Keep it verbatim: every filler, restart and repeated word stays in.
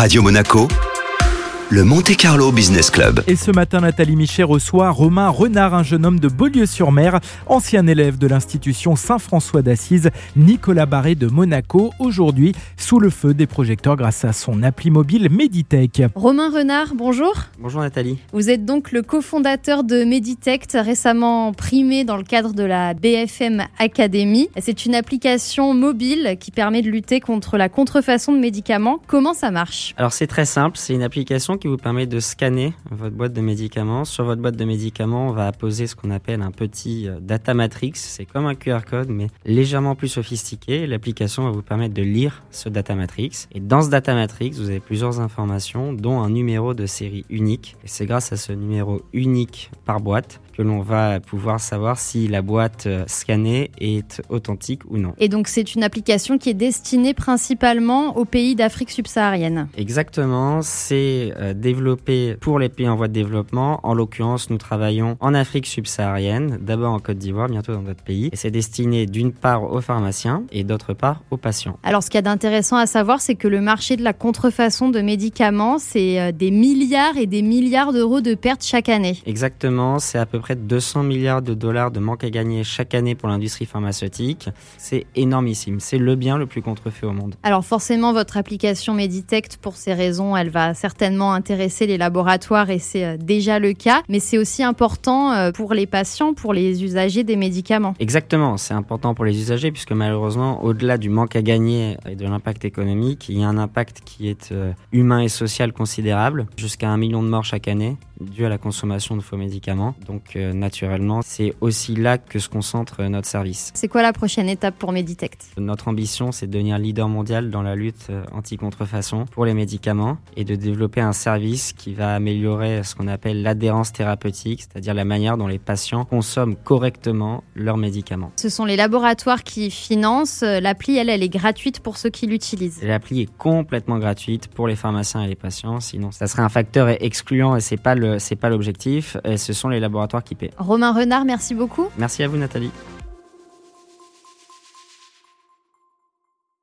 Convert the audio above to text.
Radio Monaco, le Monte Carlo Business Club. Et ce matin, Nathalie Michet reçoit Romain Renard, un jeune homme de Beaulieu-sur-Mer, ancien élève de l'institution Saint-François d'Assise, Nicolas Barré de Monaco, aujourd'hui sous le feu des projecteurs grâce à son appli mobile Meditech. Romain Renard, bonjour. Bonjour Nathalie. Vous êtes donc le cofondateur de Meditech, récemment primé dans le cadre de la B F M Academy. C'est une application mobile qui permet de lutter contre la contrefaçon de médicaments. Comment ça marche ? Alors c'est très simple, c'est une application qui vous permet de scanner votre boîte de médicaments. Sur votre boîte de médicaments, on va apposer ce qu'on appelle un petit data matrix. C'est comme un Q R code, mais légèrement plus sophistiqué. L'application va vous permettre de lire ce data matrix. Et dans ce data matrix, vous avez plusieurs informations, dont un numéro de série unique. Et c'est grâce à ce numéro unique par boîte que l'on va pouvoir savoir si la boîte scannée est authentique ou non. Et donc c'est une application qui est destinée principalement aux pays d'Afrique subsaharienne. Exactement, c'est euh, développé pour les pays en voie de développement. En l'occurrence, nous travaillons en Afrique subsaharienne, d'abord en Côte d'Ivoire, bientôt dans d'autres pays. Et c'est destiné d'une part aux pharmaciens et d'autre part aux patients. Alors ce qu'il y a d'intéressant à savoir, c'est que le marché de la contrefaçon de médicaments, c'est euh, des milliards et des milliards d'euros de pertes chaque année. Exactement, c'est à peu près deux cents milliards de dollars de manque à gagner chaque année pour l'industrie pharmaceutique. C'est énormissime, c'est le bien le plus contrefait au monde. Alors forcément, votre application Meditech, pour ces raisons, elle va certainement intéresser les laboratoires et c'est déjà le cas, mais c'est aussi important pour les patients, pour les usagers des médicaments. Exactement, c'est important pour les usagers puisque malheureusement, au-delà du manque à gagner et de l'impact économique, il y a un impact qui est humain et social considérable, jusqu'à un million de morts chaque année dû à la consommation de faux médicaments. Donc euh, naturellement, c'est aussi là que se concentre notre service. C'est quoi la prochaine étape pour Meditech ? Notre ambition, c'est de devenir leader mondial dans la lutte anti-contrefaçon pour les médicaments et de développer un service qui va améliorer ce qu'on appelle l'adhérence thérapeutique, c'est-à-dire la manière dont les patients consomment correctement leurs médicaments. Ce sont les laboratoires qui financent. L'appli, elle, elle est gratuite pour ceux qui l'utilisent. L'appli est complètement gratuite pour les pharmaciens et les patients, sinon ça serait un facteur excluant et c'est pas le C'est pas l'objectif, et ce sont les laboratoires qui paient. Romain Renard, merci beaucoup. Merci à vous Nathalie.